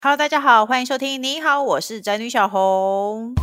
Hello， 大家好，欢迎收听。你好，我是宅女小红。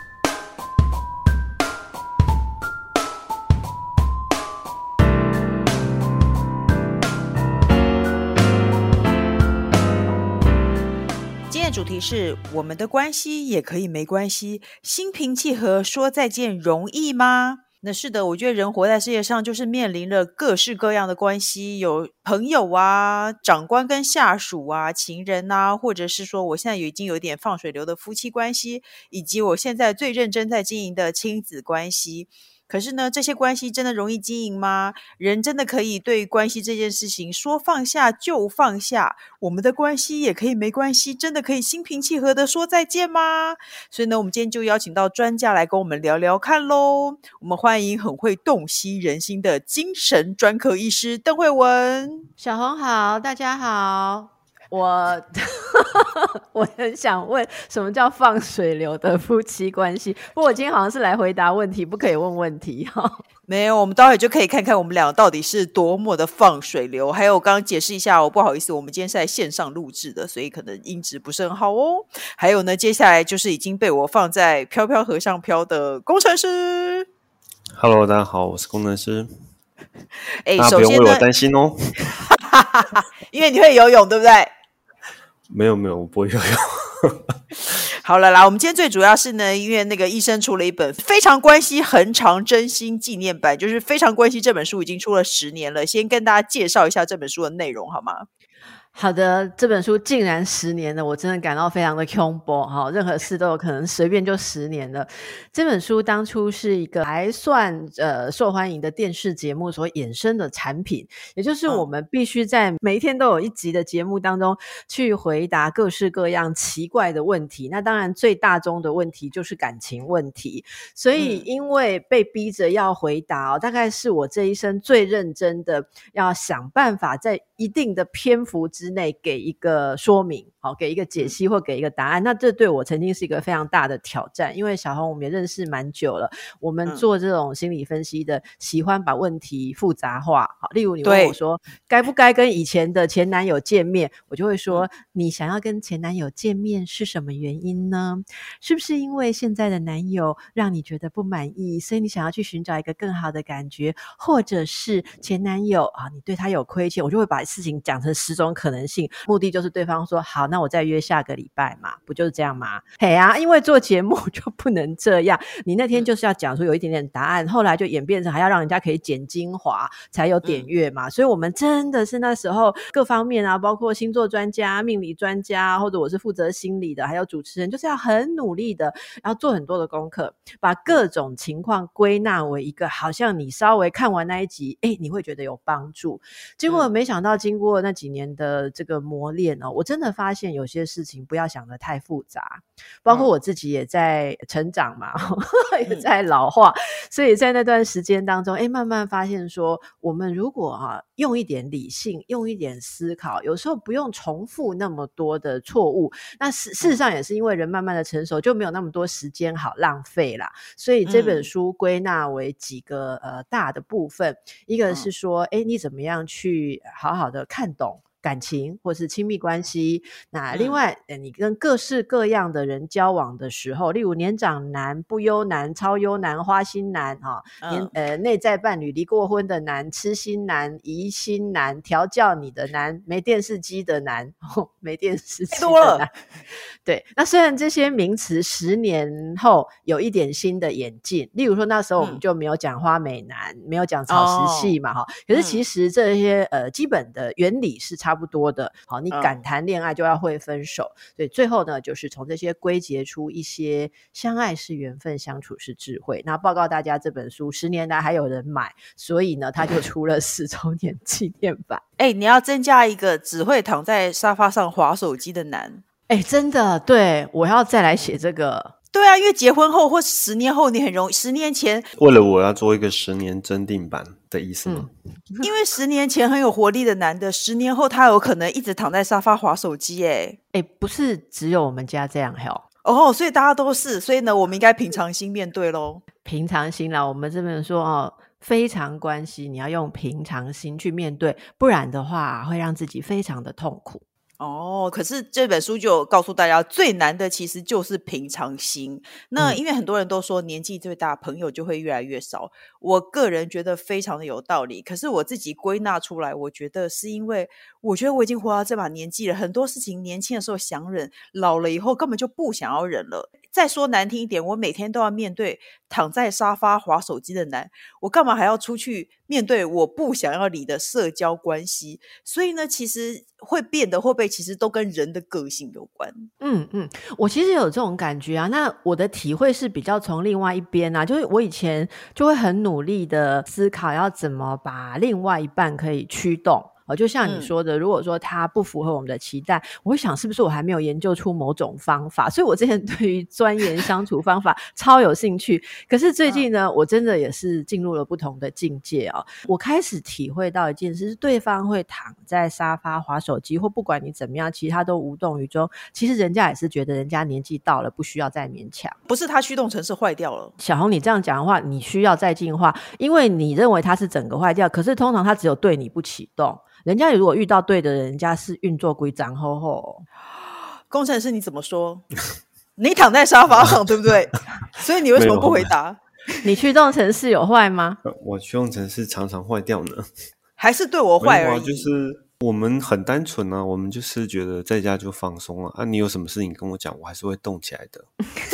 今天的主题是：我们的关系也可以没关系，心平气和说再见容易吗？那是的，我觉得人活在世界上就是面临了各式各样的关系，有朋友啊、长官跟下属啊、情人啊，或者是说我现在已经有点放水流的夫妻关系，以及我现在最认真在经营的亲子关系。可是呢，这些关系真的容易经营吗？人真的可以对关系这件事情说放下就放下？我们的关系也可以没关系，真的可以心平气和的说再见吗？所以呢，我们今天就邀请到专家来跟我们聊聊看咯。我们欢迎很会洞悉人心的精神专科医师邓惠文。 小红好，大家好。我很想问什么叫放水流的夫妻关系，不过我今天好像是来回答问题，不可以问问题没有，我们待会就可以看看我们两个到底是多么的放水流。还有我刚刚解释一下不好意思，我们今天是在线上录制的，所以可能音质不是很好哦。还有呢，接下来就是已经被我放在飘飘河上飘的工程师。 Hello， 大家好，我是工程师。 大家不用为我担心哦。 因为你会游泳，对不对？ 没有，我不会游泳。 好了啦，我们今天最主要是呢，因为那个医生出了一本《非常关系恒长真心纪念版》，就是《非常关系》这本书已经出了10年了。先跟大家介绍一下这本书的内容好吗？ 好的，这本书竟然10年了，我真的感到非常的恐怖哈！任何事都有可能随便就10年了。这本书当初是一个还算受欢迎的电视节目所衍生的产品，也就是我们必须在每一天都有一集的节目当中去回答各式各样奇怪的问题。那当然最大宗的问题就是感情问题，所以因为被逼着要回答大概是我这一生最认真的要想办法在一定的篇幅之内给一个说明，给一个解析或给一个答案。那这对我曾经是一个非常大的挑战，因为小红我们也认识蛮久了，我们做这种心理分析的喜欢把问题复杂化。例如你问我说该不该跟以前的前男友见面，我就会说你想要跟前男友见面是什么原因呢？是不是因为现在的男友让你觉得不满意，所以你想要去寻找一个更好的感觉，或者是前男友你对他有亏欠？我就会把事情讲成10种可能性，目的就是对方说好，那我再约下个礼拜嘛，不就是这样吗？嘿啊，因为做节目就不能这样，你那天就是要讲出有一点点答案，后来就演变成还要让人家可以剪精华才有点阅嘛，所以我们真的是那时候各方面包括星座专家、命理专家，或者我是负责心理的，还有主持人，就是要很努力的要做很多的功课，把各种情况归纳为一个好像你稍微看完那一集你会觉得有帮助。结果没想到经过那几年的这个磨练我真的发现有些事情不要想得太复杂，包括我自己也在成长嘛也在老化，所以在那段时间当中慢慢发现说，我们如果用一点理性，用一点思考，有时候不用重复那么多的错误，那事实上也是因为人慢慢的成熟，就没有那么多时间好浪费啦。所以这本书归纳为几个大的部分，一个是说你怎么样去好好的看懂感情或是亲密关系，那另外你跟各式各样的人交往的时候，例如年长男、不优男、超优男、花心男内在伴侣、离过婚的男、痴心男、疑心男、调教你的男、没电视机的男没电视机的男对，那虽然这些名词10年后有一点新的演进，例如说那时候我们就没有讲花美男，没有讲草食系嘛可是其实这些基本的原理是差不多的。好，你敢谈恋爱就要会分手，所以最后呢就是从这些归结出一些相爱是缘分，相处是智慧。那报告大家这本书10年来还有人买，所以呢他就出了10周年纪念版你要增加一个只会躺在沙发上滑手机的男真的，对，我要再来写这个。 对啊，因为结婚后或10年后你很容易10年前为了我要做一个10年增订版的意思吗？ 因为10年前很有活力的男的10年后他有可能一直躺在沙发滑手机不是只有我们家这样所以大家都是，所以呢我们应该平常心面对咯。 平常心啦，我们这边说非常关系你要用平常心去面对，不然的话会让自己非常的痛苦哦，可是这本书就有告诉大家，最难的其实就是平常心。那因为很多人都说年纪最大，朋友就会越来越少。我个人觉得非常的有道理，可是我自己归纳出来，我觉得是因为我觉得我已经活到这把年纪了，很多事情年轻的时候想忍，老了以后根本就不想要忍了。再说难听一点，我每天都要面对躺在沙发滑手机的难，我干嘛还要出去面对我不想要理的社交关系？所以呢，其实会变得会不会其实都跟人的个性有关。 我其实有这种感觉啊。那我的体会是比较从另外一边啊，就是我以前就会很努力的思考要怎么把另外一半可以驱动。就像你说的，如果说他不符合我们的期待，我会想是不是我还没有研究出某种方法，所以我之前对于钻研相处方法超有兴趣。可是最近呢，我真的也是进入了不同的境界啊。我开始体会到一件事，是对方会躺在沙发滑手机，或不管你怎么样，其实他都无动于衷。其实人家也是觉得人家年纪到了，不需要再勉强。 不是他驱动程式坏掉了。 小红，你这样讲的话，你需要再进化，因为你认为他是整个坏掉，可是通常他只有对你不启动。人家如果遇到对的人，人家是运作规章厚厚。 工程师你怎么说？你躺在沙发上对不对？所以你为什么不回答？ 你驱动程式有坏吗？ 我驱动程式常常坏掉呢。 还是对我坏而已？ 就是我们很单纯啊，我们就是觉得在家就放松了啊。你有什么事情跟我讲，我还是会动起来的。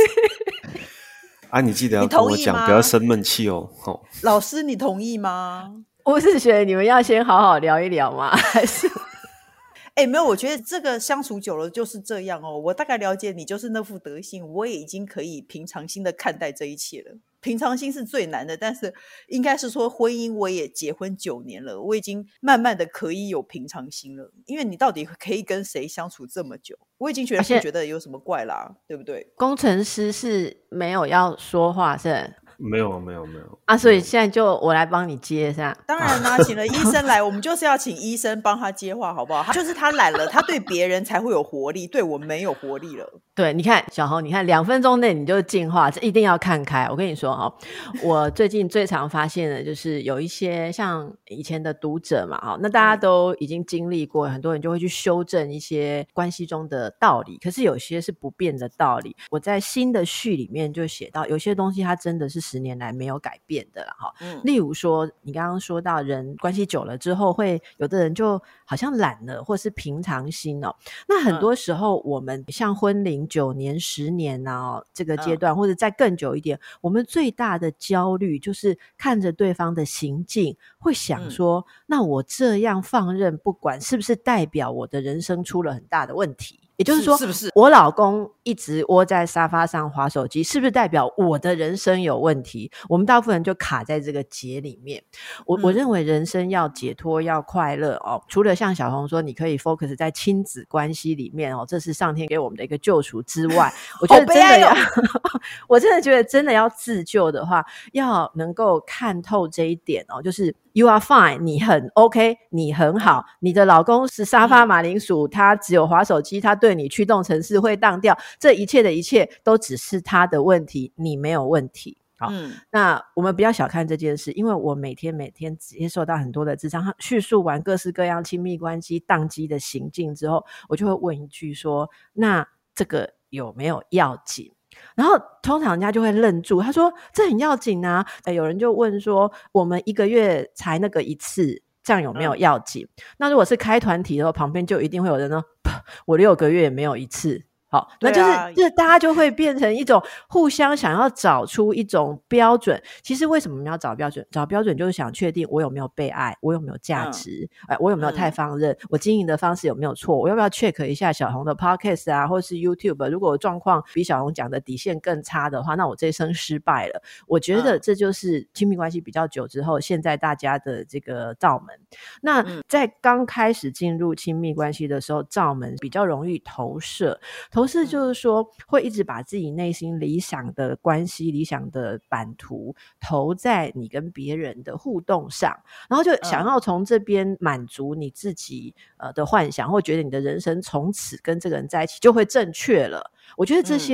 啊，你记得要跟我讲，不要生闷气哦。 老师，你同意吗？ 我是觉得你们要先好好聊一聊吗？还是没有，我觉得这个相处久了就是这样哦。我大概了解你就是那副德性，我也已经可以平常心的看待这一切了。平常心是最难的，但是应该是说婚姻我也结婚9年了，我已经慢慢的可以有平常心了。因为你到底可以跟谁相处这么久，我已经不觉得有什么怪啦，对不对？ 工程师是没有要说话是？ 没有啊，所以现在就我来帮你接一下。 当然啦，请了医生来，我们就是要请医生帮他接话，好不好？就是他懒了，他对别人才会有活力，对我没有活力了。 对，你看小红，你看2分钟内你就进化，这一定要看开。我跟你说哦，我最近最常发现的就是有一些像以前的读者嘛，那大家都已经经历过，很多人就会去修正一些关系中的道理，可是有些是不变的道理。我在新的序里面就写到，有些东西它真的是10年来没有改变的啦。例如说你刚刚说到人关系久了之后，会有的人就好像懒了，或是平常心哦。那很多时候我们像婚龄9年10年啊，这个阶段或者再更久一点，我们最大的焦虑就是看着对方的行径，会想说那我这样放任不管，是不是代表我的人生出了很大的问题？也就是说， 是不是我老公一直窝在沙发上滑手机，是不是代表我的人生有问题？我们大部分人就卡在这个结里面。我认为人生要解脱要快乐哦，除了像小红说你可以 focus 在亲子关系里面哦，这是上天给我们的一个救赎之外，我觉得真的要我真的觉得真的要自救的话，要能够看透这一点哦，就是You are fine， 你很 OK， 你很好，你的老公是沙发马铃薯，他只有滑手机，他对你驱动程式会当掉，这一切的一切都只是他的问题，你没有问题。好，那我们不要小看这件事，因为我每天接受到很多的智商，叙述完各式各样亲密关系宕机的行径之后，我就会问一句说，那这个有没有要紧？然后通常人家就会愣住，他说这很要紧啊。有人就问说我们1个月才那个一次，这样有没有要紧？那如果是开团体的话，旁边就一定会有人说我6个月也没有一次。好，那就是大家就会变成一种互相想要找出一种标准。其实为什么我们要找标准？找标准就是想确定我有没有被爱，我有没有价值，我有没有太放任，我经营的方式有没有错，我要不要 check 一下小红的 podcast 啊，或是 YouTube， 如果状况比小红讲的底线更差的话，那我这一生失败了。我觉得这就是亲密关系比较久之后现在大家的这个罩门。那在刚开始进入亲密关系的时候，罩门比较容易投射就是说会一直把自己内心理想的关系理想的版图投在你跟别人的互动上，然后就想要从这边满足你自己的幻想，或觉得你的人生从此跟这个人在一起就会正确了。我觉得这些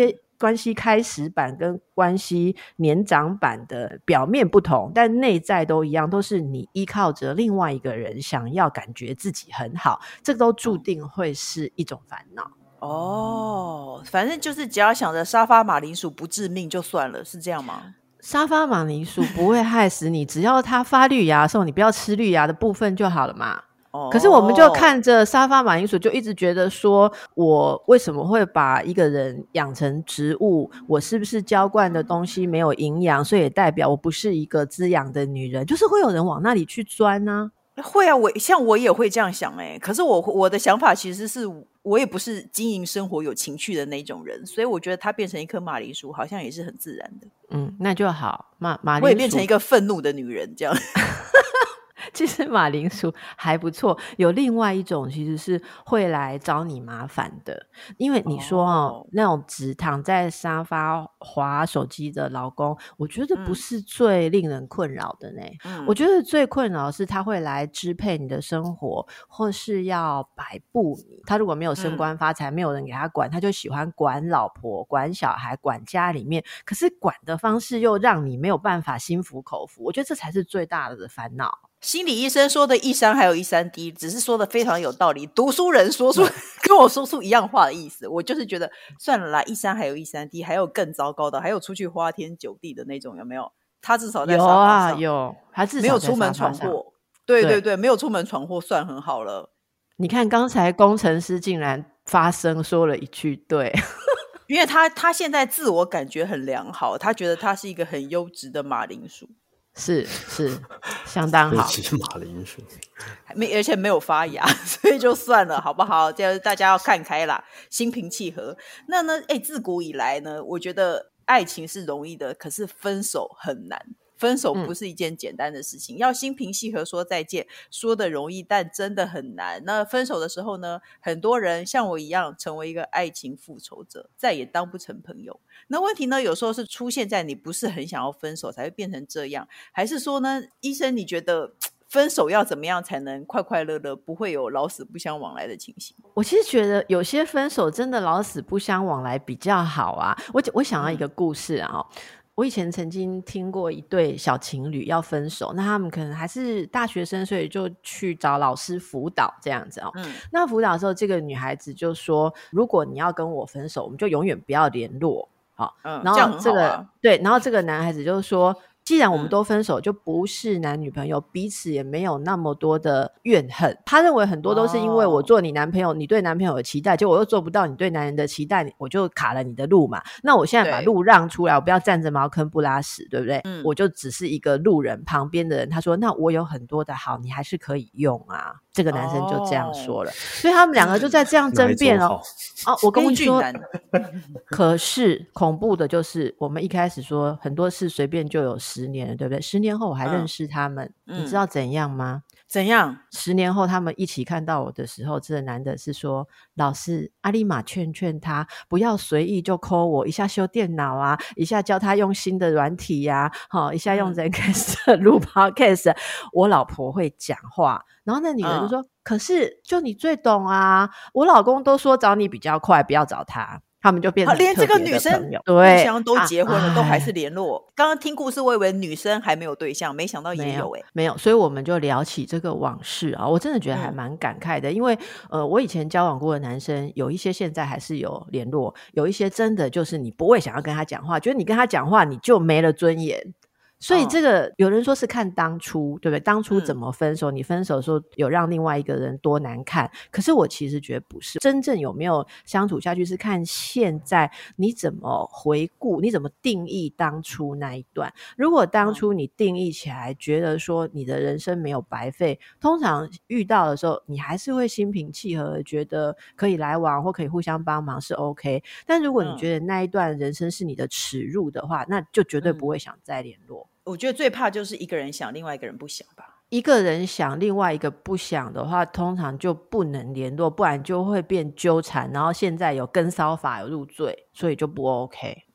关系开始版跟关系年长版的表面不同，但内在都一样，都是你依靠着另外一个人想要感觉自己很好，这都注定会是一种烦恼。 反正就是只要想着沙发马铃薯不致命就算了，是这样吗？ 沙发马铃薯不会害死你，只要它发绿芽的时候你不要吃绿芽的部分就好了嘛。可是我们就看着沙发马铃薯就一直觉得说，我为什么会把一个人养成植物，我是不是浇灌的东西没有营养，所以也代表我不是一个滋养的女人，就是会有人往那里去钻啊。 会啊，我也会这样想可是我的想法其实是我也不是经营生活有情趣的那种人，所以我觉得它变成一颗马铃薯好像也是很自然的。 那就好。马铃薯我也变成一个愤怒的女人这样。 其实马铃薯还不错，有另外一种其实是会来找你麻烦的，因为你说那种只躺在沙发滑手机的老公，我觉得不是最令人困扰的呢。我觉得最困扰的是他会来支配你的生活，或是要摆布你。他如果没有升官发财，没有人给他管，他就喜欢管老婆、管小孩、管家里面，可是管的方式又让你没有办法心服口服，我觉得这才是最大的烦恼。 心理医生说的一山还有一山低，只是说的非常有道理。读书人说出跟我说出一样话的意思，我就是觉得算了啦，一山还有一山低，还有更糟糕的，还有出去花天酒地的那种，有没有？他至少在沙发上有，他至少没有出门闯祸。对，没有出门闯祸算很好了。 你看刚才工程师竟然发声说了一句对。 因为他现在自我感觉很良好，他觉得他是一个很优质的马铃薯。 是相当好， 马铃薯而且没有发芽，所以就算了好不好？这样大家要看开啦，心平气和。那呢自古以来呢，我觉得爱情是容易的，可是分手很难。分手不是一件简单的事情，要心平气和说再见，说的容易，但真的很难。那分手的时候呢，很多人像我一样成为一个爱情复仇者，再也当不成朋友。那问题呢，有时候是出现在你不是很想要分手才会变成这样，还是说呢，医生你觉得分手要怎么样才能快快乐乐，不会有老死不相往来的情形？ 我其实觉得有些分手真的老死不相往来比较好啊。我想到一个故事啊，我以前曾经听过一对小情侣要分手，那他们可能还是大学生，所以就去找老师辅导这样子那辅导的时候，这个女孩子就说，如果你要跟我分手，我们就永远不要联络。然后对，然后这个男孩子就说，既然我们都分手，就不是男女朋友，彼此也没有那么多的怨恨。他认为很多都是因为我做你男朋友，你对男朋友有期待，结果我又做不到你对男人的期待，我就卡了你的路嘛。那我现在把路让出来，我不要站着茅坑不拉屎，对不对？我就只是一个路人，旁边的人。他说，那我有很多的好，你还是可以用啊。这个男生就这样说了，所以他们两个就在这样争辩我跟你说，可是恐怖的就是我们一开始说很多事随便就有10年了，对不对？10年后我还认识他们，你知道怎样吗？ 怎样 ？10年后他们一起看到我的时候，这个男的是说，老师阿里玛劝他不要随意就 call 我，一下修电脑啊，一下教他用新的软体啊，一下用 Zencastr 录 podcast， 我老婆会讲话。然后那女人就说，可是就你最懂啊，我老公都说找你比较快，不要找他。他们就变成连这个女生对互相都结婚了，都还是联络。刚刚听故事我以为女生还没有对象，没想到也有没有，所以我们就聊起这个往事啊，我真的觉得还蛮感慨的。因为我以前交往过的男生有一些现在还是有联络，有一些真的就是你不会想要跟他讲话，觉得你跟他讲话你就没了尊严。所以这个有人说是看当初，对不对？当初怎么分手，你分手的时候有让另外一个人多难看，可是我其实觉得不是，真正有没有相处下去是看现在你怎么回顾，你怎么定义当初那一段。如果当初你定义起来觉得说你的人生没有白费，通常遇到的时候你还是会心平气和的觉得可以来往或可以互相帮忙是 OK。 但如果你觉得那一段人生是你的耻辱的话，那就绝对不会想再联络。 我觉得最怕就是一个人想另外一个人不想吧。 一个人想另外一个不想的话，通常就不能联络，不然就会变纠缠，然后现在有跟骚法有入罪，所以就不 OK。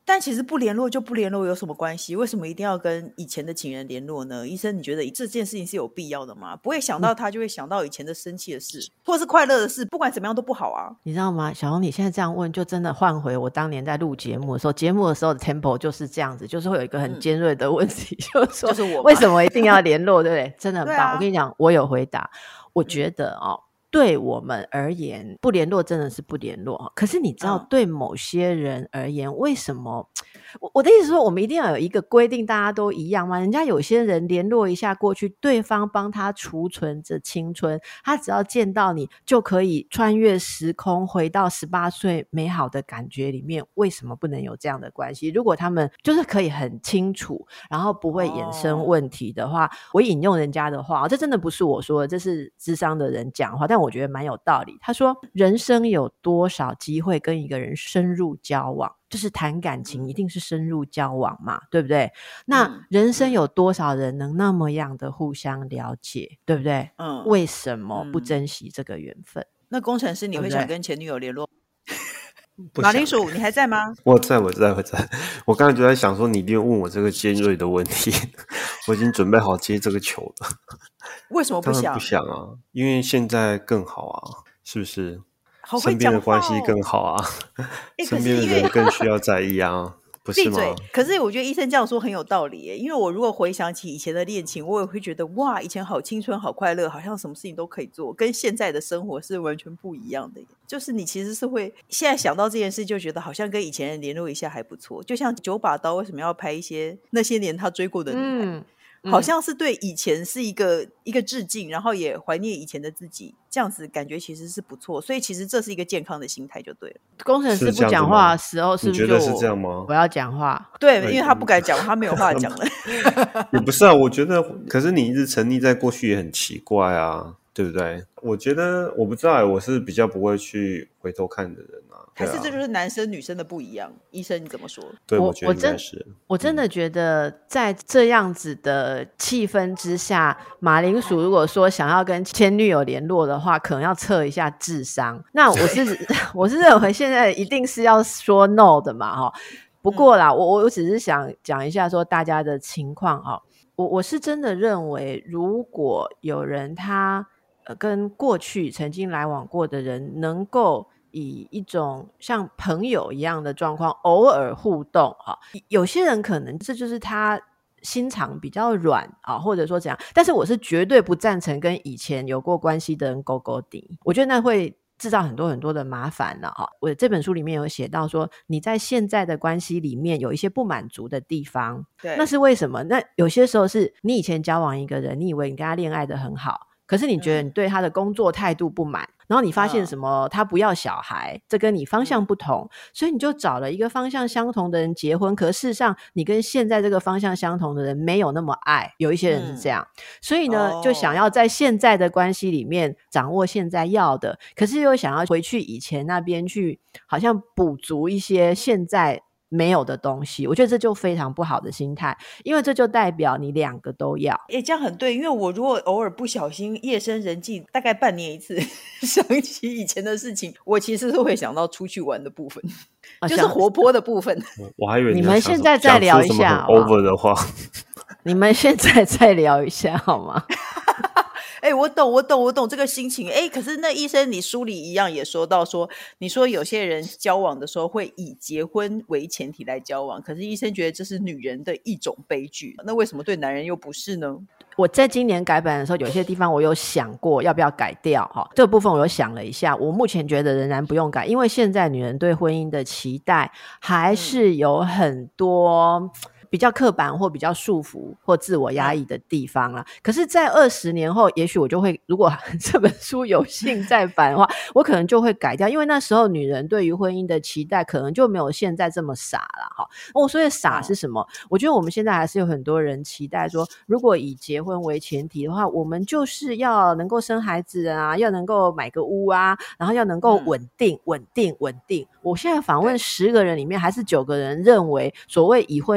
但其实不联络就不联络有什么关系？为什么一定要跟以前的情人联络呢？医生，你觉得这件事情是有必要的吗？不会想到他就会想到以前的生气的事，或是快乐的事，不管怎么样都不好啊。 你知道吗，小红，你现在这样问就真的换回我当年在录节目的时候，节目的时候的 tempo 就是这样子，就是会有一个很尖锐的问题，就是说就是我为什么一定要联络，对不对？真的很棒。 对啊， 我跟你讲，我有回答。我觉得对我们而言不联络真的是不联络，可是你知道对某些人而言为什么我的意思是说我们一定要有一个规定大家都一样吗？人家有些人联络一下过去，对方帮他储存着青春，他只要见到你就可以穿越时空回到18岁美好的感觉里面，为什么不能有这样的关系？如果他们就是可以很清楚然后不会衍生问题的话，我引用人家的话，这真的不是我说的，这是諮商的人讲话，但我觉得蛮有道理。他说人生有多少机会跟一个人深入交往，就是谈感情一定是深入交往嘛，对不对？那人生有多少人能那么样的互相了解，对不对？为什么不珍惜这个缘分？ 那工程师你会想跟前女友联络？ 马铃薯你还在吗？ 我在。我刚才就在想说你一定问我这个尖锐的问题，我已经准备好接这个球了。 为什么不想？ 当然不想啊，因为现在更好啊，是不是？ 好身边的关系更好啊，身边的人更需要在意啊，不是吗？ 闭嘴！可是我觉得医生这样说很有道理耶，因为我如果回想起以前的恋情，我也会觉得哇，以前好青春好快乐，好像什么事情都可以做，跟现在的生活是完全不一样的耶。就是你其实是会现在想到这件事就觉得好像跟以前人联络一下还不错，就像九把刀为什么要拍一些那些年他追过的女孩，好像是对以前是一个致敬，然后也怀念以前的自己，这样子感觉其实是不错，所以其实这是一个健康的心态就对了。 工程师不讲话的时候是不是就是这样吗？ 我要讲话？ 对，因为他不敢讲，他没有话讲了。 也不是啊，我觉得可是你一直沉溺在过去也很奇怪啊，对不对？我觉得我不知道，我是比较不会去回头看的人啊。 还是这就是男生女生的不一样？医生你怎么说？ 对，我觉得应该是。 我真的觉得在这样子的气氛之下，马铃薯如果说想要跟前女友联络的话，可能要测一下智商。那我是认为现在一定是要说 no 的嘛，不过啦，我只是想讲一下说大家的情况我是真的认为，如果有人他跟过去曾经来往过的人能够以一种像朋友一样的状况偶尔互动有些人可能这就是他心肠比较软或者说怎样，但是我是绝对不赞成跟以前有过关系的人勾勾顶，我觉得那会制造很多很多的麻烦了我这本书里面有写到说，你在现在的关系里面有一些不满足的地方， 对， 那是为什么？那有些时候是你以前交往一个人，你以为你跟他恋爱的很好，可是你觉得你对他的工作态度不满，然后你发现什么他不要小孩，这跟你方向不同，所以你就找了一个方向相同的人结婚，可事实上你跟现在这个方向相同的人没有那么爱，有一些人是这样，所以呢就想要在现在的关系里面掌握现在要的，可是又想要回去以前那边去好像补足一些现在没有的东西，我觉得这就非常不好的心态，因为这就代表你两个都要。 这样很对，因为我如果偶尔不小心夜深人静大概半年一次想起以前的事情，我其实是会想到出去玩的部分就是活泼的部分我还以为你们现在再聊一下好不好 over 的话你们现在再聊一下好吗我懂这个心情可是那医生你书里一样也说到说，你说有些人交往的时候会以结婚为前提来交往，可是医生觉得这是女人的一种悲剧，那为什么对男人又不是呢？ 我在今年改版的时候有些地方我有想过要不要改掉这个部分我有想了一下，我目前觉得仍然不用改，因为现在女人对婚姻的期待还是有很多比较刻板或比较束缚或自我压抑的地方啦。可是在20年后也许我就会，如果这本书有幸再版的话我可能就会改掉，因为那时候女人对于婚姻的期待可能就没有现在这么傻了所以傻是什么我觉得我们现在还是有很多人期待说，如果以结婚为前提的话，我们就是要能够生孩子啊，要能够买个屋啊，然后要能够稳定我现在访问10个人里面还是9个人认为所谓以婚姻为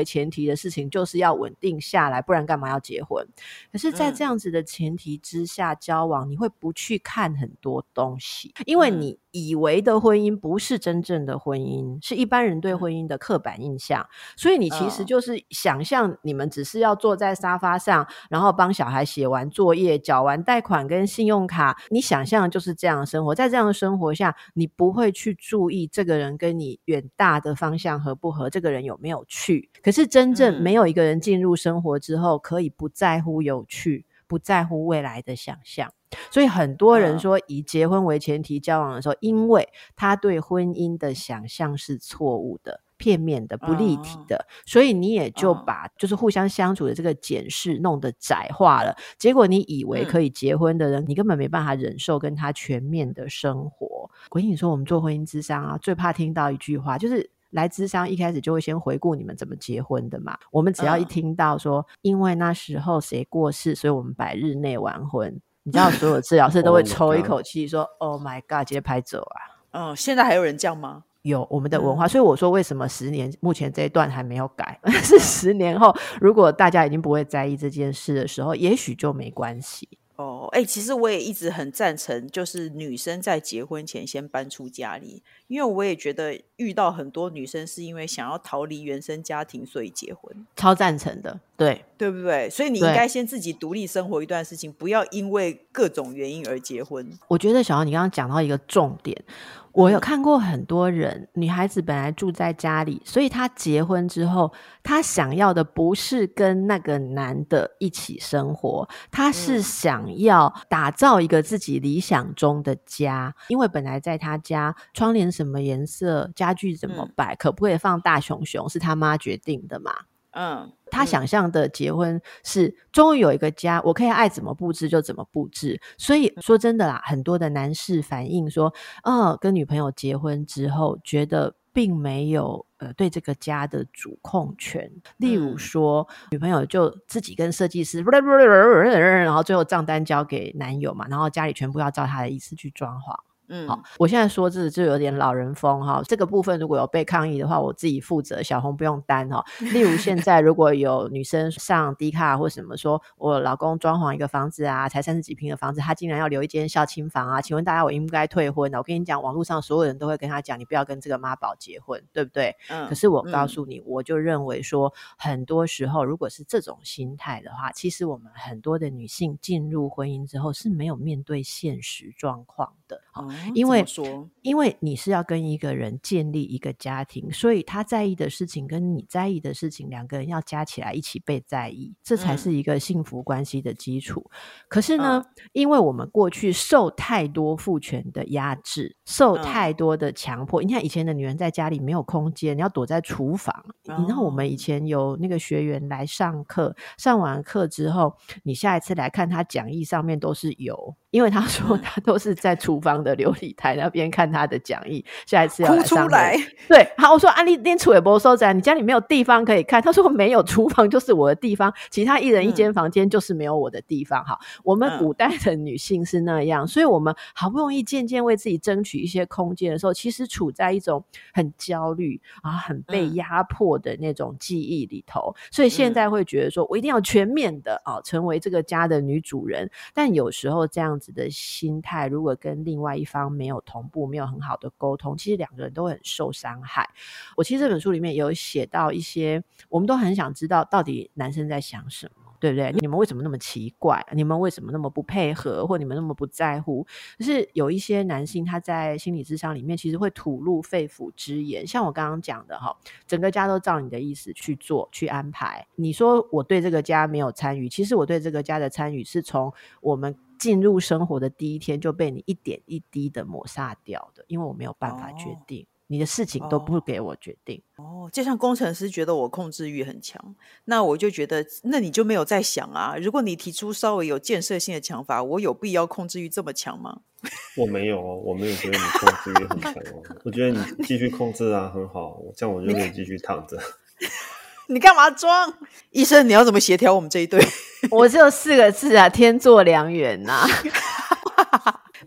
前提的事情就是要稳定下来，不然干嘛要结婚？可是在这样子的前提之下交往，你会不去看很多东西，因为你以为的婚姻不是真正的婚姻，是一般人对婚姻的刻板印象，所以你其实就是想象你们只是要坐在沙发上，然后帮小孩写完作业，缴完贷款跟信用卡，你想象的就是这样的生活。在这样的生活下，你不会去注意这个人跟你远大的方向合不合，这个人有没有趣。可是真正没有一个人进入生活之后可以不在乎有趣，不在乎未来的想象。所以很多人说以结婚为前提交往的时候，因为他对婚姻的想象是错误的、片面的、不立体的，所以你也就把就是互相相处的这个检视弄得窄化了。结果你以为可以结婚的人，你根本没办法忍受跟他全面的生活。我跟你说，我们做婚姻咨商啊，最怕听到一句话，就是来咨商一开始就会先回顾你们怎么结婚的嘛。我们只要一听到说因为那时候谁过世，所以我们100日内完婚，你知道所有治疗师都会抽一口气说Oh my god， 直接拍走啊。 现在还有人这样吗？ 有我们的文化，所以我说为什么10年目前这一段还没有改是10年后如果大家已经不会在意这件事的时候，也许就没关系。 其实我也一直很赞成就是女生在结婚前先搬出家里，因为我也觉得遇到很多女生是因为想要逃离原生家庭所以结婚， 超赞成的，对不对？所以你应该先自己独立生活一段事情，不要因为各种原因而结婚。 我觉得小豪你刚刚讲到一个重点，我有看过很多人，女孩子本来住在家里，所以她结婚之后，她想要的不是跟那个男的一起生活，她是想要打造一个自己理想中的家。因为本来在她家窗帘什么颜色，家具怎么摆，可不可以放大熊熊，是她妈决定的嘛。他想象的结婚是终于有一个家，我可以爱怎么布置就怎么布置。所以说真的啦，很多的男士反映说跟女朋友结婚之后觉得并没有对这个家的主控权。例如说女朋友就自己跟设计师然后最后账单交给男友嘛，然后家里全部要照他的意思去装潢。好，我现在说这就有点老人风哈，这个部分如果有被抗议的话，我自己负责，小红不用担哈。例如现在如果有女生上 Dcard 或什么说，我老公装潢一个房子啊，才30几坪的房子，他竟然要留一间孝亲房啊，请问大家我应不应该退婚呢？我跟你讲，网络上所有人都会跟他讲，你不要跟这个妈宝结婚，对不对？可是我告诉你，我就认为说，很多时候如果是这种心态的话，其实我们很多的女性进入婚姻之后是没有面对现实状况的。因为你是要跟一个人建立一个家庭，所以他在意的事情跟你在意的事情，两个人要加起来一起被在意，这才是一个幸福关系的基础。可是呢，因为我们过去受太多父权的压制，受太多的强迫，你看以前的女人在家里没有空间，你要躲在厨房。你知道我们以前有那个学员来上课，上完课之后，你下一次来看他讲义上面都是油，因为他说他都是在厨房的流理台那边看他的讲义，下一次要来上课哭出来。对，好，我说你连厝也没收在，你家里没有地方可以看。他说没有，厨房就是我的地方，其他一人一间房间就是没有我的地方。好，我们古代的女性是那样，所以我们好不容易渐渐为自己争取一些空间的时候，其实处在一种很焦虑啊、很被压迫的那种记忆里头。所以现在会觉得说我一定要全面的成为这个家的女主人。但有时候这样子的心态如果跟另外一方没有同步，没有很好的沟通，其实两个人都会很受伤害。我其实这本书里面有写到一些我们都很想知道到底男生在想什么，对不对？你们为什么那么奇怪？你们为什么那么不配合？或你们那么不在乎？就是有一些男性他在心理咨商里面其实会吐露肺腑之言，像我刚刚讲的整个家都照你的意思去做去安排。你说我对这个家没有参与，其实我对这个家的参与是从我们进入生活的第一天就被你一点一滴的抹杀掉的，因为我没有办法决定你的事情都不给我决定。 就像工程师觉得我控制欲很强，那我就觉得那你就没有在想啊，如果你提出稍微有建设性的想法，我有必要控制欲这么强吗？ 我没有我没有觉得你控制欲很强我觉得你继续控制啊很好，这样我就可以继续躺着你干嘛装？医生你要怎么协调我们这一对？ 我只有4个字啊，天作良缘啊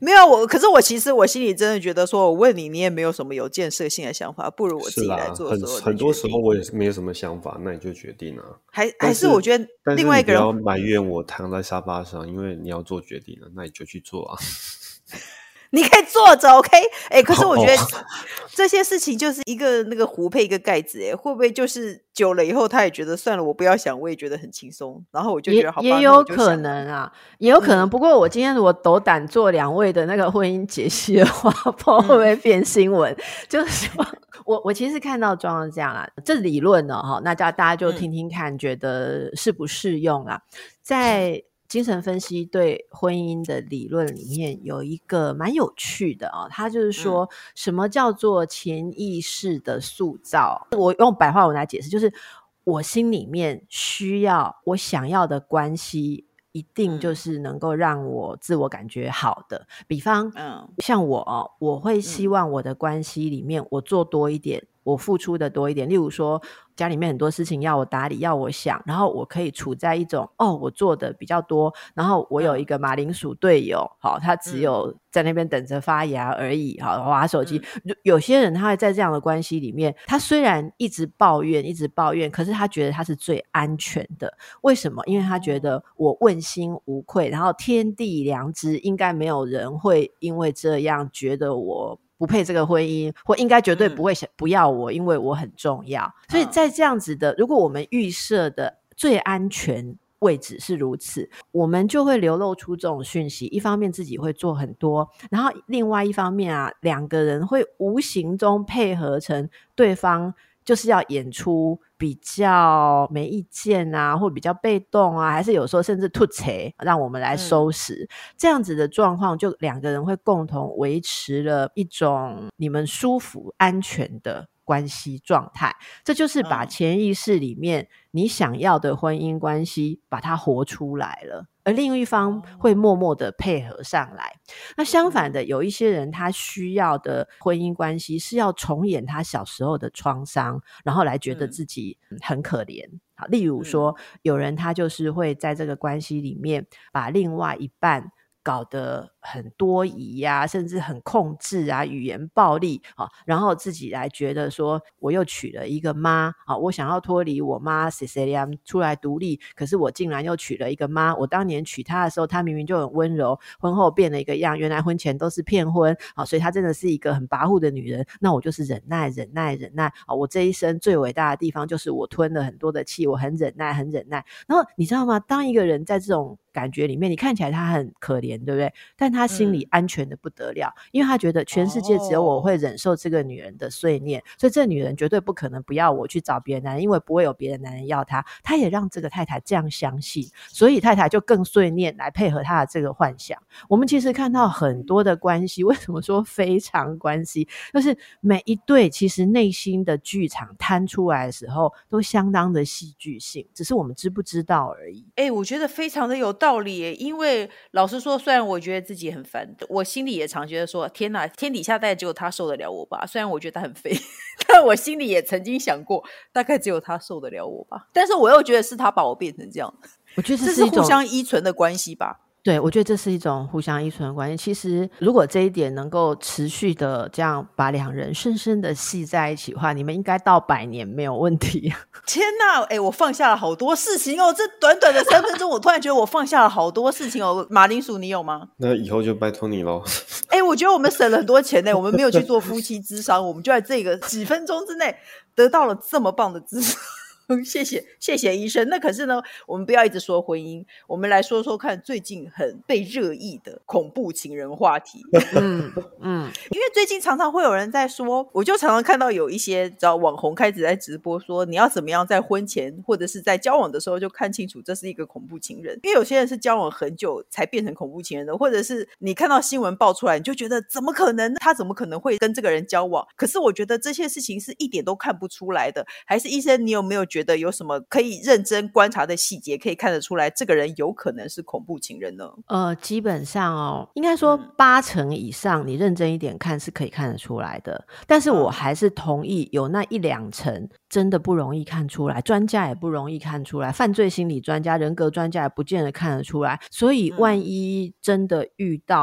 没有可是我其实我心里真的觉得说，我问你，你也没有什么有建设性的想法，不如我自己来做所有的很多时决定。 候我也是没有什么想法，那你就决定啊。 还是我觉得但是另外一个人你不要埋怨我躺在沙发上，因为你要做决定了，那你就去做啊。 你可以坐着 OK， 可是我觉得哦这些事情就是一个那个壶配一个盖子，会不会就是久了以后他也觉得算了，我不要想，我也觉得很轻松，然后我就觉得好吧， 也有可能啊，也有可能。不过我今天如果斗胆做2位的那个婚姻解析的话，不知道会不会变新闻？就是说我其实看到状况这样啊，这理论呢，那大家就听听看，觉得适不适用啊？在精神分析对婚姻的理论里面有一个蛮有趣的它就是说什么叫做潜意识的塑造。我用白话文来解释，就是我心里面需要我想要的关系一定就是能够让我自我感觉好的。比方像我会希望我的关系里面我做多一点，我付出的多一点。例如说家里面很多事情要我打理要我想，然后我可以处在一种我做的比较多，然后我有一个马铃薯队友他只有在那边等着发芽而已滑手机。有些人他会在这样的关系里面，他虽然一直抱怨，可是他觉得他是最安全的。为什么？因为他觉得我问心无愧，然后天地良知，应该没有人会因为这样觉得我不配这个婚姻，或应该绝对不会不要我，因为我很重要。所以在这样子的，如果我们预设的最安全位置是如此，我们就会流露出这种讯息。一方面自己会做很多，然后另外一方面两个人会无形中配合成对方就是要演出比较没意见或比较被动还是有时候甚至吐槽让我们来收拾。这样子的状况，就两个人会共同维持了一种你们舒服安全的关系状态。这就是把潜意识里面你想要的婚姻关系把它活出来了，而另一方会默默的配合上来。那相反的，有一些人他需要的婚姻关系是要重演他小时候的创伤，然后来觉得自己很可怜。例如说有人他就是会在这个关系里面把另外一半搞得很多疑甚至很控制语言暴力然后自己来觉得说我又娶了一个妈我想要脱离我妈出来独立，可是我竟然又娶了一个妈。我当年娶她的时候她明明就很温柔，婚后变了一个样，原来婚前都是骗婚所以她真的是一个很跋扈的女人。那我就是忍耐我这一生最伟大的地方就是我吞了很多的气，我很忍耐。然后你知道吗，当一个人在这种感觉里面，你看起来他很可怜对不对？但他心里安全的不得了，因为他觉得全世界只有我会忍受这个女人的碎念所以这女人绝对不可能不要我去找别的男人，因为不会有别的男人要她。他也让这个太太这样相信，所以太太就更碎念来配合他的这个幻想。我们其实看到很多的关系，为什么说非常关系，就是每一对其实内心的剧场摊出来的时候都相当的戏剧性，只是我们知不知道而已。 我觉得非常的有道理耶。因为老实说，虽然我觉得自己很烦，我心里也常觉得说天哪，天底下大概只有他受得了我吧。虽然我觉得他很废，但我心里也曾经想过大概只有他受得了我吧。但是我又觉得是他把我变成这样， 我觉得这是互相依存的关系吧。 对，我觉得这是一种互相依存的关系。其实如果这一点能够持续的这样把两人深深的系在一起的话，你们应该到100年没有问题。 天哪，我放下了好多事情这短短的3分钟我突然觉得我放下了好多事情马铃薯你有吗？ 那以后就拜托你咯。 我觉得我们省了很多钱我们没有去做夫妻咨商，我们就在这个几分钟之内得到了这么棒的咨商。谢谢医生。那可是呢，我们不要一直说婚姻，我们来说说看最近很被热议的恐怖情人话题。因为最近常常会有人在说，我就常常看到有一些网红开始在直播说，你要怎么样在婚前或者是在交往的时候就看清楚这是一个恐怖情人。因为有些人是交往很久才变成恐怖情人的，或者是你看到新闻爆出来你就觉得怎么可能，他怎么可能会跟这个人交往。可是我觉得这些事情是一点都看不出来的。还是医生你有没有觉得有什么可以认真观察的细节可以看得出来这个人有可能是恐怖情人呢？ 基本上应该说80%以上你认真一点看是可以看得出来的。但是我还是同意有那1-2成真的不容易看出来，专家也不容易看出来，犯罪心理专家人格专家也不见得看得出来。所以万一真的遇到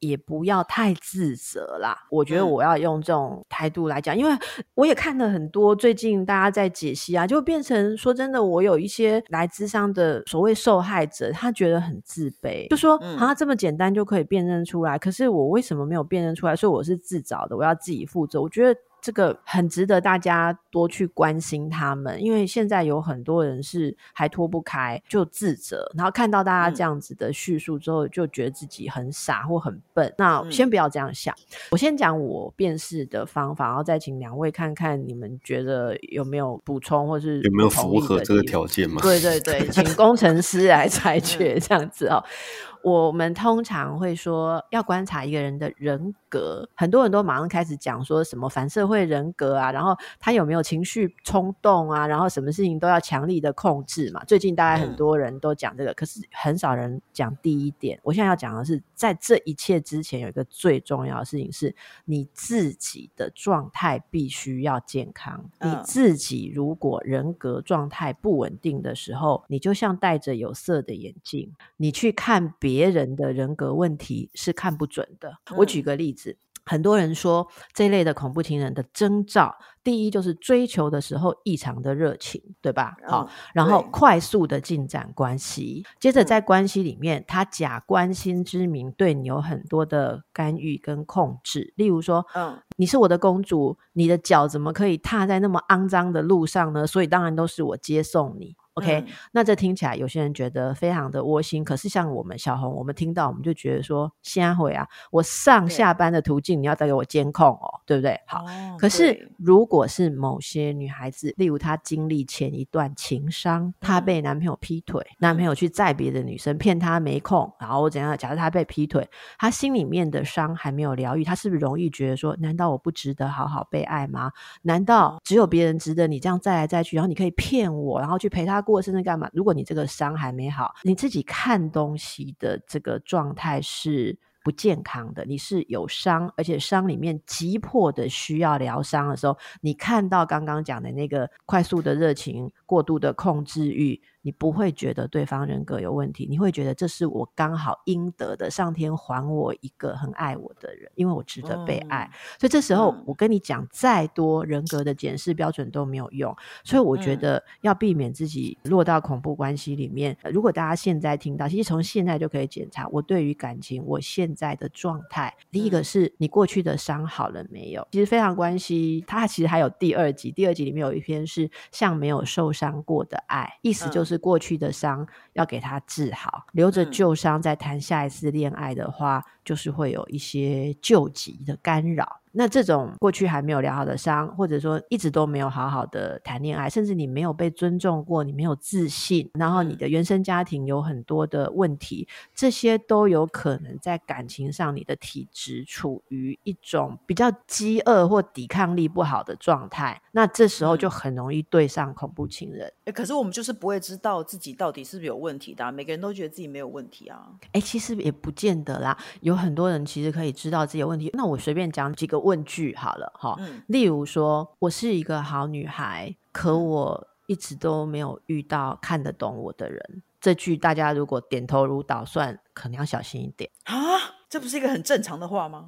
也不要太自责啦。我觉得我要用这种态度来讲，因为我也看了很多最近大家在解析啊，就变成说真的，我有一些来咨商的所谓受害者，他觉得很自卑，就说这么简单就可以辨认出来，可是我为什么没有辨认出来？所以我是自找的，我要自己负责。我觉得这个很值得大家多去关心他们，因为现在有很多人是还脱不开就自责，然后看到大家这样子的叙述之后就觉得自己很傻或很笨。那先不要这样想，我先讲我辨识的方法，然后再请两位看看你们觉得有没有补充或是有没有符合这个条件吗？ 对对对，请工程师来裁决这样子哦。我们通常会说要观察一个人的人格，很多人都马上开始讲说什么反社会人格啊，然后他有没有情绪冲动啊，然后什么事情都要强力的控制嘛。最近大概很多人都讲这个，可是很少人讲第一点。我现在要讲的是，在这一切之前有一个最重要的事情是，你自己的状态必须要健康。你自己如果人格状态不稳定的时候，你就像戴着有色的眼镜，你去看别人的人格问题是看不准的。我举个例子，很多人说这一类的恐怖情人的征兆，第一就是追求的时候异常的热情，对吧？好，然后快速的进展关系，接着在关系里面他假关心之名对你有很多的干预跟控制。例如说你是我的公主，你的脚怎么可以踏在那么肮脏的路上呢？所以当然都是我接送你。OK，那这听起来有些人觉得非常的窝心，可是像我们小红，我们听到我们就觉得说，现在会啊，我上下班的途径你要再给我监控哦，对不对？好，可是如果是某些女孩子，例如她经历前一段情伤，她被男朋友劈腿，男朋友去载别的女生骗她没空，然后怎样，假设她被劈腿，她心里面的伤还没有疗愈，她是不是容易觉得说，难道我不值得好好被爱吗？难道只有别人值得你这样载来载去，然后你可以骗我，然后去陪她过生日干嘛？如果你这个伤还没好，你自己看东西的这个状态是不健康的，你是有伤，而且伤里面急迫的需要疗伤的时候，你看到刚刚讲的那个快速的热情、过度的控制欲，你不会觉得对方人格有问题，你会觉得这是我刚好应得的，上天还我一个很爱我的人，因为我值得被爱。所以这时候我跟你讲再多人格的检视标准都没有用。所以我觉得要避免自己落到恐怖关系里面。如果大家现在听到，其实从现在就可以检查我对于感情我现在的状态。第一个是你过去的伤好了没有，其实非常关系，它其实还有第二集里面有一篇是像没有受伤过的爱，意思就是过去的伤要给它治好，留着旧伤再谈下一次恋爱的话，就是会有一些救急的干扰。那这种过去还没有疗好的伤，或者说一直都没有好好的谈恋爱，甚至你没有被尊重过，你没有自信，然后你的原生家庭有很多的问题，这些都有可能在感情上你的体质处于一种比较饥饿或抵抗力不好的状态，那这时候就很容易对上恐怖情人。 可是我们就是不会知道自己到底是不是有问题的每个人都觉得自己没有问题啊。 其实也不见得啦，有很多人其实可以知道自己有问题。那我随便讲几个问句好了例如说，我是一个好女孩，可我一直都没有遇到看得懂我的人。这句大家如果点头如捣蒜，可能要小心一点啊！这不是一个很正常的话吗？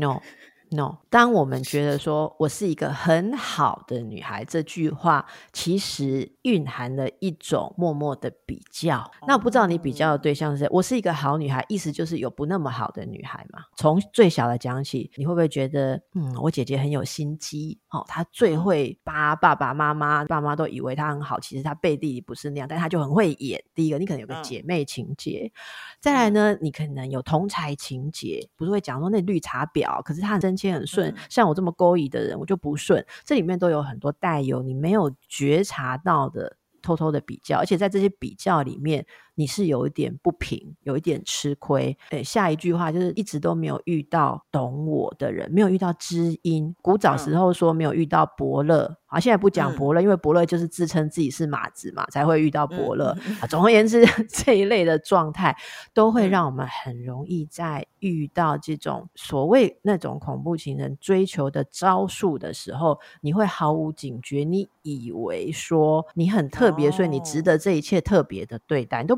No，当我们觉得说我是一个很好的女孩，这句话其实蕴含了一种默默的比较。那我不知道你比较的对象是谁？我是一个好女孩，意思就是有不那么好的女孩嘛。从最小的讲起，你会不会觉得我姐姐很有心机她最会扒爸爸妈妈，爸妈都以为她很好，其实她背地里不是那样，但她就很会演。第一个，你可能有个姐妹情节，再来呢，你可能有同侪情节，不是会讲说那绿茶婊，可是她很真切很顺，像我这么勾引的人我就不顺，这里面都有很多带有你没有觉察到的偷偷的比较，而且在这些比较里面你是有一点不平，有一点吃亏。下一句话就是一直都没有遇到懂我的人，没有遇到知音。古早时候说没有遇到伯乐现在不讲伯乐因为伯乐就是自称自己是马子嘛，才会遇到伯乐总而言之这一类的状态都会让我们很容易在遇到这种所谓那种恐怖情人追求的招数的时候，你会毫无警觉，你以为说你很特别所以你值得这一切特别的对待，你都不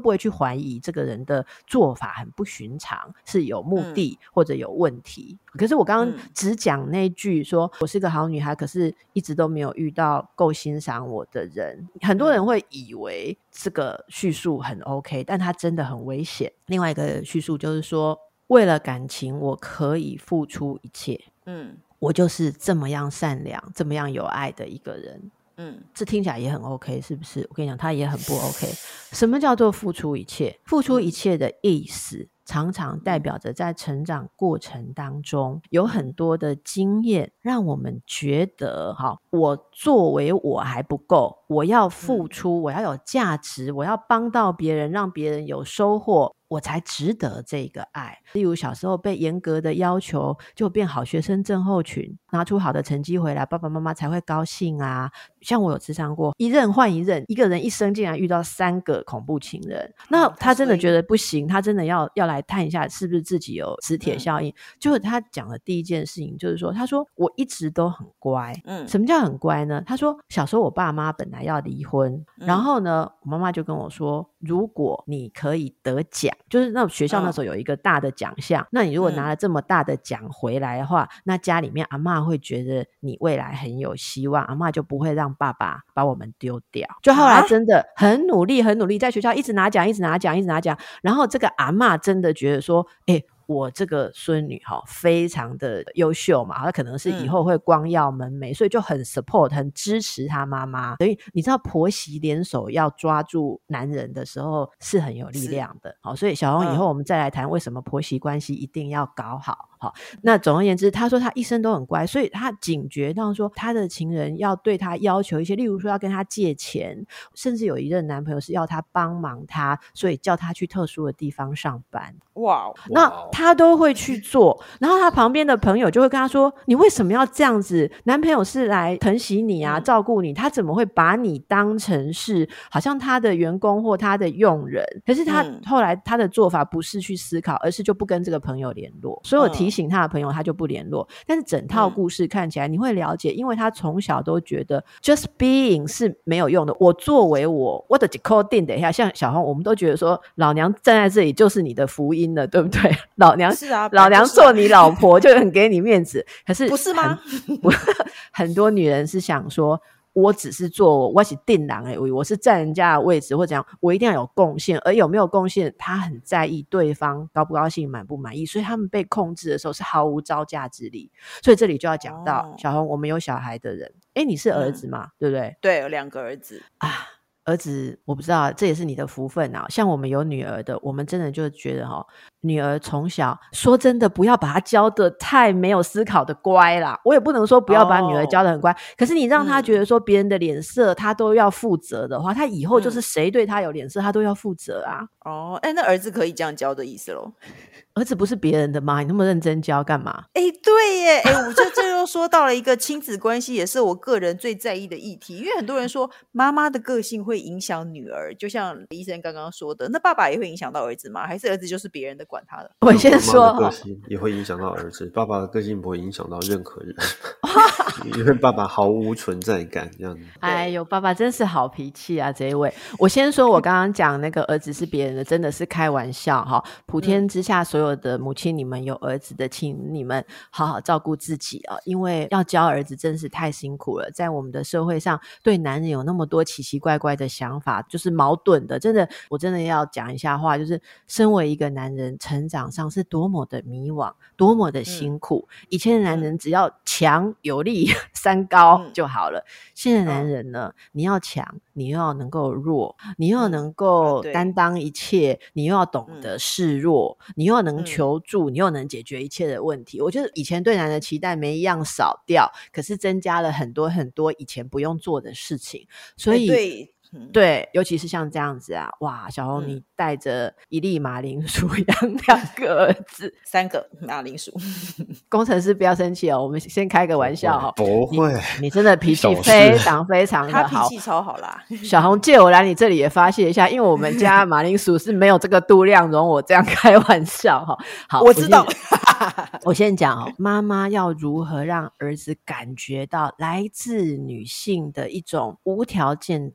不会去怀疑这个人的做法很不寻常，是有目的或者有问题。可是我刚刚只讲那句说我是个好女孩，可是一直都没有遇到够欣赏我的人，很多人会以为这个叙述很 OK， 但它真的很危险。另外一个叙述就是说，为了感情我可以付出一切，我就是这么样善良这么样有爱的一个人。这听起来也很 OK， 是不是？我跟你讲，它也很不 OK。什么叫做付出一切？付出一切的意思常常代表着在成长过程当中有很多的经验让我们觉得我作为我还不够，我要付出，我要有价值，我要帮到别人，让别人有收获，我才值得这个爱。例如小时候被严格的要求就变好学生症候群，拿出好的成绩回来爸爸妈妈才会高兴啊。像我有咨商过，一任换一任，一个人一生竟然遇到3个恐怖情人，那他真的觉得不行，他真的要来探一下是不是自己有磁铁效应。就是他讲的第一件事情就是说，他说我一直都很乖。什么叫很乖呢？他说小时候我爸妈本来要离婚，然后呢我妈妈就跟我说，如果你可以得奖，就是那学校那时候有一个大的奖项，那你如果拿了这么大的奖回来的话，那家里面阿嬷会觉得你未来很有希望，阿嬷就不会让爸爸把我们丢掉。就后来真的很努力在学校一直拿奖，然后这个阿嬷真的觉得说我这个孙女非常的优秀嘛，她可能是以后会光耀门楣，所以就很 support 很支持她妈妈。所以你知道婆媳联手要抓住男人的时候是很有力量的。所以小红以后我们再来谈为什么婆媳关系一定要搞好。那总而言之，他说他一生都很乖，所以他警觉到说他的情人要对他要求一些，例如说要跟他借钱，甚至有一任男朋友是要他帮忙他，所以叫他去特殊的地方上班。 哇， 那他都会去做，然后他旁边的朋友就会跟他说，你为什么要这样子？男朋友是来疼惜你啊，照顾你，他怎么会把你当成是好像他的员工或他的佣人？可是他后来他的做法不是去思考，而是就不跟这个朋友联络，所有提醒他的朋友他就不联络。但是整套故事看起来你会了解，因为他从小都觉得 just being 是没有用的，我作为我的几扣定的一下，像小红我们都觉得说老娘站在这里就是你的福音了，对不对？老娘是啊，老娘做你老婆就很给你面子。可是不是吗？ 很多女人是想说我只是做我是定人而已，我是占人家的位置或怎样，我一定要有贡献，而有没有贡献他很在意对方高不高兴满不满意，所以他们被控制的时候是毫无招架之力。所以这里就要讲到小红，我们有小孩的人，你是儿子嘛，对不对？ 对，有2个儿子啊。儿子我不知道，这也是你的福分啊。像我们有女儿的，我们真的就觉得女儿从小说真的不要把她教的太没有思考的乖啦，我也不能说不要把女儿教的很乖，可是你让她觉得说别人的脸色她都要负责的话，她以后就是谁对她有脸色她都要负责啊。 那儿子可以这样教的意思咯？ 儿子不是别人的吗？你那么认真教干嘛？ 对耶，我觉得这又说到了一个亲子关系，也是我个人最在意的议题。因为很多人说妈妈的个性会影响女儿，就像医生刚刚说的，那爸爸也会影响到儿子吗？还是儿子就是别人的管他的？ 我先说， 妈妈的个性也会影响到儿子，爸爸的个性不会影响到任何人，因为爸爸毫无存在感这样子。 哎呦，爸爸真是好脾气啊！这一位，我先说，我刚刚讲那个儿子是别人的，真的是开玩笑哈。普天之下所有的母亲，你们有儿子的，请你们好好照顾自己啊！因为要教儿子真是太辛苦了，在我们的社会上，对男人有那么多奇奇怪怪的想法，就是矛盾的。真的，我真的要讲一下话，就是身为一个男人，成长上是多么的迷惘，多么的辛苦。以前的男人只要强有力三高就好了，现在男人呢，你要强，你又要能够弱，你又要能够担当一切，你又要懂得示弱，你又要能求助，你又能解决一切的问题。我觉得以前对男人的期待没一样少掉，可是增加了很多很多以前不用做的事情。所以对，尤其是像这样子啊，哇，小红你带着一粒马铃薯养2个儿子 ，3个马铃薯。 工程师不要生气哦，我们先开个玩笑不会， 你真的脾气非常非常的好， 他脾气超好啦。 小红借我来你这里也发泄一下，因为我们家马铃薯是没有这个度量容我这样开玩笑哈。好， 我知道。 我先讲妈妈要如何让儿子感觉到来自女性的一种无条件的支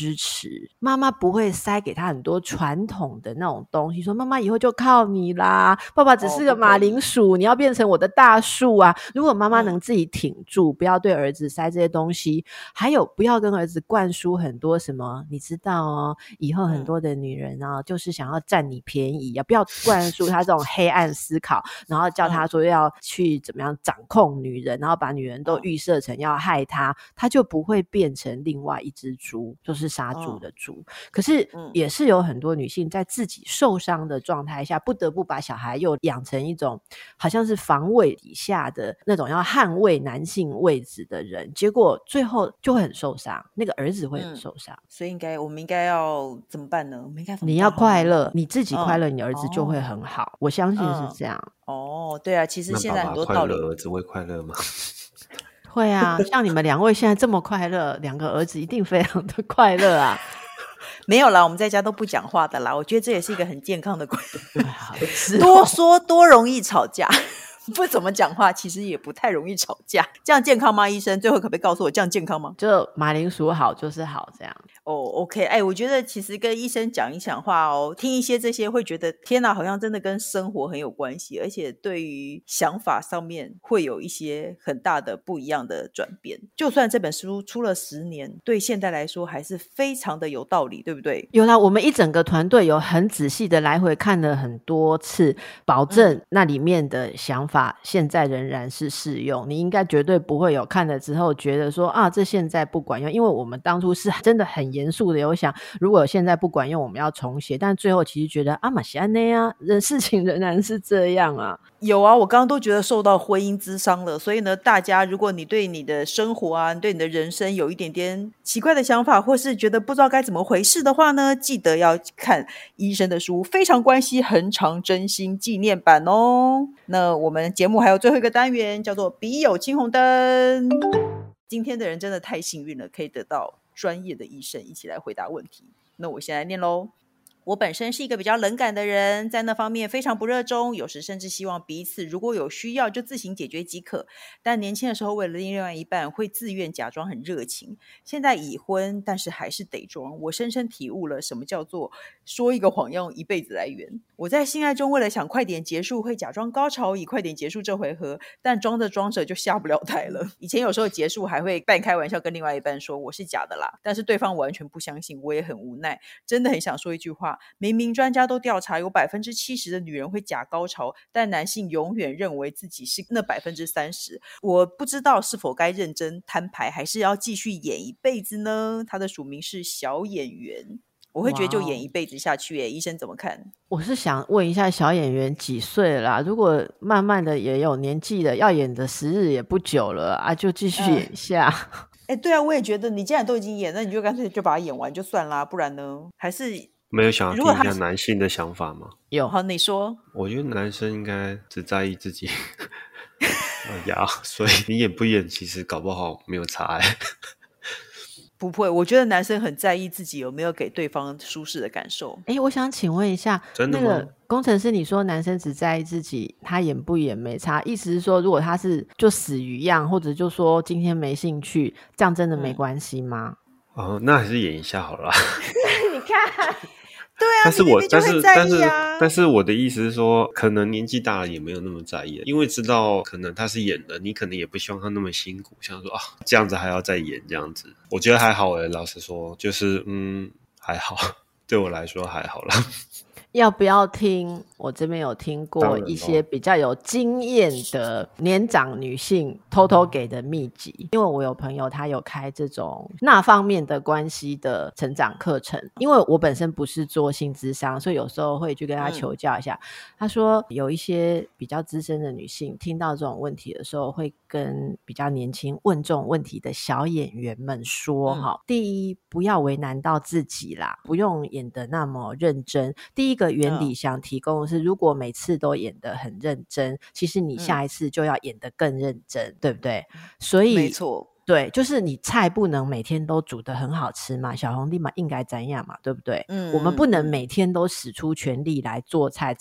支持，妈妈不会塞给他很多传统的那种东西，说妈妈以后就靠你啦，爸爸只是个马铃薯，你要变成我的大树啊。如果妈妈能自己挺住，不要对儿子塞这些东西，还有不要跟儿子灌输很多什么你知道哦，以后很多的女人啊，就是想要占你便宜啊，不要灌输他这种黑暗思考，然后叫他说要去怎么样掌控女人，然后把女人都预设成要害他，他就不会变成另外一只猪，就是杀猪的猪。可是也是有很多女性在自己受伤的状态下，不得不把小孩又养成一种好像是防卫底下的那种要捍卫男性位置的人，结果最后就会很受伤，那个儿子会很受伤。 所以我们应该要怎么办呢？我们应该怎么办？ 你要快乐，你自己快乐，你的儿子就会很好。我相信是这样。 对啊，其实现在很多道理。 那爸爸快乐，儿子会快乐吗？ 会啊，像你们两位现在这么快乐，两个儿子一定非常的快乐啊。 没有啦，我们在家都不讲话的啦，我觉得这也是一个很健康的观念。多说多容易吵架，不怎么讲话其实也不太容易吵架，这样健康吗？医生最后可不可以告诉我这样健康吗？ 就马铃薯好就是好这样。 OK， 我觉得其实跟医生讲一讲话听一些这些会觉得天哪，好像真的跟生活很有关系，而且对于想法上面会有一些很大的不一样的转变。就算这本书出了10年，对现代来说还是非常的有道理，对不对？ 有啦，我们一整个团队有很仔细的来回看了很多次，保证那里面的想法现在仍然是适用。你应该绝对不会有看了之后觉得说这现在不管用，因为我们当初是真的很严肃的有想，如果现在不管用我们要重写，但最后其实觉得嘛是这样啊，事情仍然是这样啊。 有啊，我刚刚都觉得受到婚姻諮商了，所以呢，大家如果你对你的生活啊，对你的人生有一点点奇怪的想法，或是觉得不知道该怎么回事的话呢，记得要看医生的书《非常关系恒长真心纪念版》哦。那我们节目还有最后一个单元叫做笔友青红灯，今天的人真的太幸运了，可以得到专业的医生一起来回答问题。那我先来念咯。我本身是一个比较冷感的人，在那方面非常不热衷，有时甚至希望彼此如果有需要就自行解决即可。但年轻的时候为了另外一半会自愿假装很热情，现在已婚但是还是得装。我深深体悟了什么叫做说一个谎要用一辈子来圆。我在性爱中为了想快点结束会假装高潮以快点结束这回合，但装着装着就下不了台了。以前有时候结束还会半开玩笑跟另外一半说我是假的啦，但是对方完全不相信，我也很无奈，真的很想说一句话，明明专家都调查有 70% 的女人会假高潮，但男性永远认为自己是那 30%。 我不知道是否该认真摊牌，还是要继续演一辈子呢？他的署名是小演员。我会觉得就演一辈子下去耶，医生怎么看？ 我是想问一下小演员几岁了啦？如果慢慢的也有年纪了，要演的时日也不久了啊，就继续演一下。 对啊，我也觉得你既然都已经演，那你就干脆就把它演完就算啦，不然呢？还是没有想要听一下男性的想法吗？ 有， 好，你说。 我觉得男生应该只在意自己呀，所以你演不演其实搞不好没有差不会，我觉得男生很在意自己有没有给对方舒适的感受。 我想请问一下， 真的吗？ 那个工程师，你说男生只在意自己，他演不演没差，意思是说如果他是就死鱼样，或者就说今天没兴趣，这样真的没关系吗？ 那还是演一下好了。 你看对啊， 但是我的意思是说，可能年纪大了也没有那么在意了，因为知道可能他是演的，你可能也不希望他那么辛苦，像说这样子还要再演这样子，我觉得还好老实说，就是还好，对我来说还好啦。 要不要听？我这边有听过一些比较有经验的年长女性偷偷给的秘籍，因为我有朋友他有开这种那方面的关系的成长课程，因为我本身不是做性諮商，所以有时候会去跟他求教一下。他说有一些比较资深的女性听到这种问题的时候，会跟比较年轻问这种问题的小演员们说第一，不要为难到自己啦，不用演得那么认真。第一个原理想提供的是，如果每次都演得很认真，其实你下一次就要演得更认真，对不对？所以没错， 对，就是你菜不能每天都煮得很好吃嘛，小红弟嘛应该怎样嘛，对不对？我们不能每天都使出全力来做菜，这样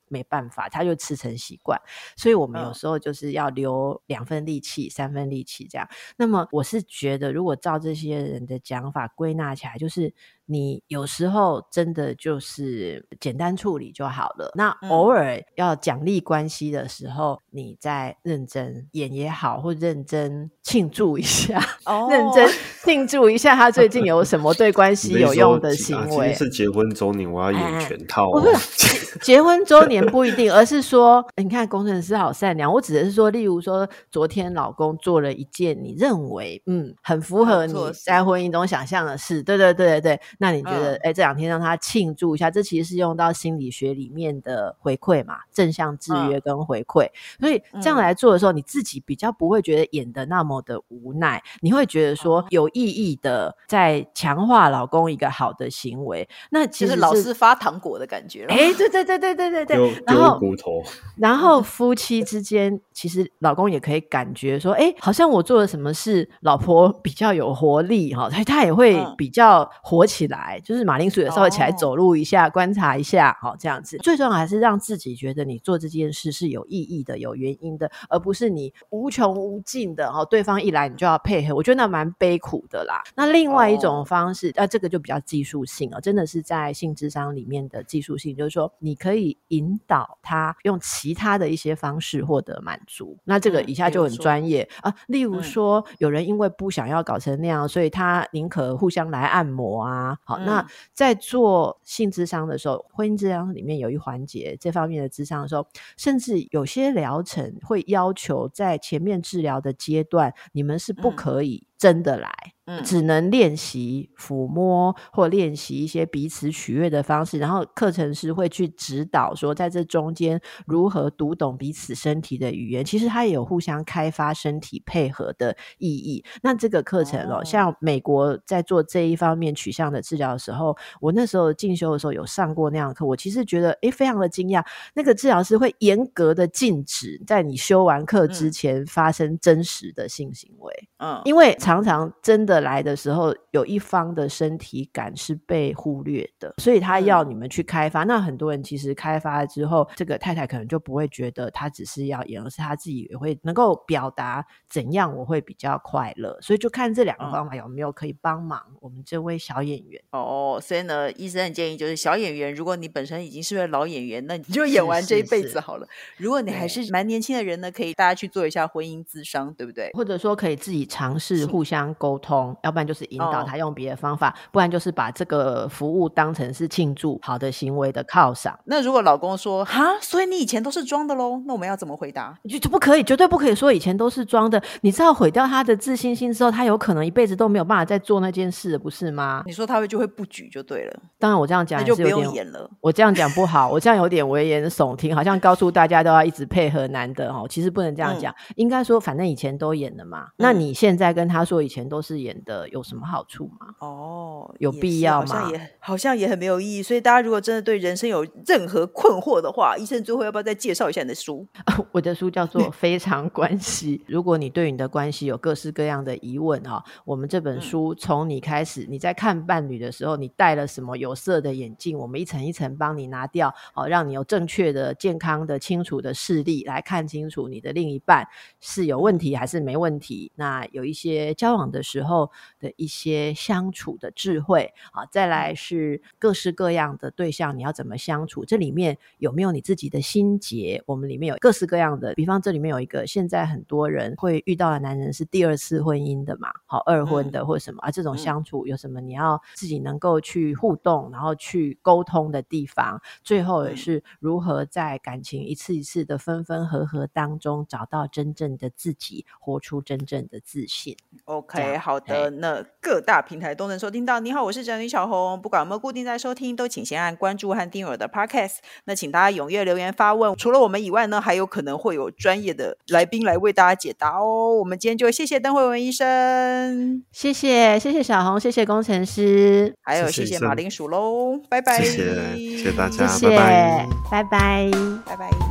没办法，他就吃成习惯，所以我们有时候就是要留2分力气3分力气这样。那么我是觉得如果照这些人的讲法归纳起来，就是你有时候真的就是简单处理就好了，那偶尔要奖励关系的时候，你再认真演也好，或认真庆祝一下认真庆祝一下他最近有什么对关系有用的行为。 今天是结婚周年，我要演全套不是结婚周年不一定，而是说你看工程师好善良，我指的是说例如说昨天老公做了一件你认为很符合你在婚姻中想象的事，对对对对，那你觉得这2天让他庆祝一下，这其实是用到心理学里面的回馈嘛，正向制约跟回馈，所以这样来做的时候，你自己比较不会觉得演得那么的无奈，你会觉得说有意义的在强化老公一个好的行为，那其实就是老师发糖果的感觉了。 对对对对对对对， 丢骨头。 然后夫妻之间其实老公也可以感觉说好像我做了什么事老婆比较有活力所以他也会比较活起来，就是马铃薯也稍微起来走路一下观察一下这样子。最重要还是让自己觉得你做这件事是有意义的有原因的，而不是你无穷无尽的对方一来你就要配合，我觉得那蛮悲苦的啦。那另外一种方式这个就比较技术性真的是在性諮商里面的技术性，就是说你可以引导他用其他的一些方式获得满足，那这个以下就很专业例如说有人因为不想要搞成那样，所以他宁可互相来按摩好，那在做性諮商的时候，婚姻諮商里面有一环节这方面的諮商的时候，甚至有些疗程会要求在前面治疗的阶段你们是不可以真的来只能练习抚摸或练习一些彼此取悦的方式，然后课程师会去指导说在这中间如何读懂彼此身体的语言，其实它也有互相开发身体配合的意义。那这个课程像美国在做这一方面取向的治疗的时候，我那时候进修的时候有上过那样的课，我其实觉得非常的惊讶，那个治疗师会严格的禁止在你修完课之前发生真实的性行为因为常常真的来的时候有一方的身体感是被忽略的，所以他要你们去开发那很多人其实开发了之后，这个太太可能就不会觉得他只是要演，而是他自己也会能够表达怎样我会比较快乐，所以就看这2个方法有没有可以帮忙我们这位小演员所以呢医生的建议就是小演员如果你本身已经是位老演员，那你就演完这一辈子好了，如果你还是蛮年轻的人呢，可以大家去做一下婚姻諮商，对不对？ 或者说可以自己尝试互相沟通，要不然就是引导他用别的方法不然就是把这个服务当成是庆祝好的行为的犒赏。 那如果老公说哈，所以你以前都是装的咯，那我们要怎么回答？ 就不可以，绝对不可以说以前都是装的，你知道毁掉他的自信心之后，他有可能一辈子都没有办法再做那件事，不是吗？ 你说他就会不举就对了。 当然我这样讲那就不用演了， 我这样讲不好我这样有点危言耸听，好像告诉大家都要一直配合男的其实不能这样讲应该说反正以前都演的嘛那你现在跟他说以前都是演的有什么好处吗？有必要吗？ 好像也很没有意义。所以大家如果真的对人生有任何困惑的话，医生最后要不要再介绍一下你的书？ 我的书叫做《非常关系》如果你对你的关系有各式各样的疑问我们这本书从你开始你在看伴侣的时候你戴了什么有色的眼镜，我们一层一层帮你拿掉让你有正确的健康的清楚的视力来看清楚你的另一半是有问题还是没问题，那有一些交往的时候的一些相处的智慧再来是各式各样的对象你要怎么相处，这里面有没有你自己的心结，我们里面有各式各样的，比方这里面有一个现在很多人会遇到的男人是第2次婚姻的嘛二婚的或什么这种相处有什么你要自己能够去互动然后去沟通的地方，最后也是如何在感情一次一次的分分合合当中找到真正的自己，活出真正的自信。 OK 好的，那各大平台都能收听到。你好，我是宅女小红，不管有没有固定在收听都请先按关注和订阅我的 Podcast， 那请大家踊跃留言发问，除了我们以外呢还有可能会有专业的来宾来为大家解答我们今天就谢谢邓惠文医生， 谢谢小红，谢谢工程师， 还有谢谢马铃薯咯，拜拜， 谢谢大家， 谢谢，拜拜， 拜拜。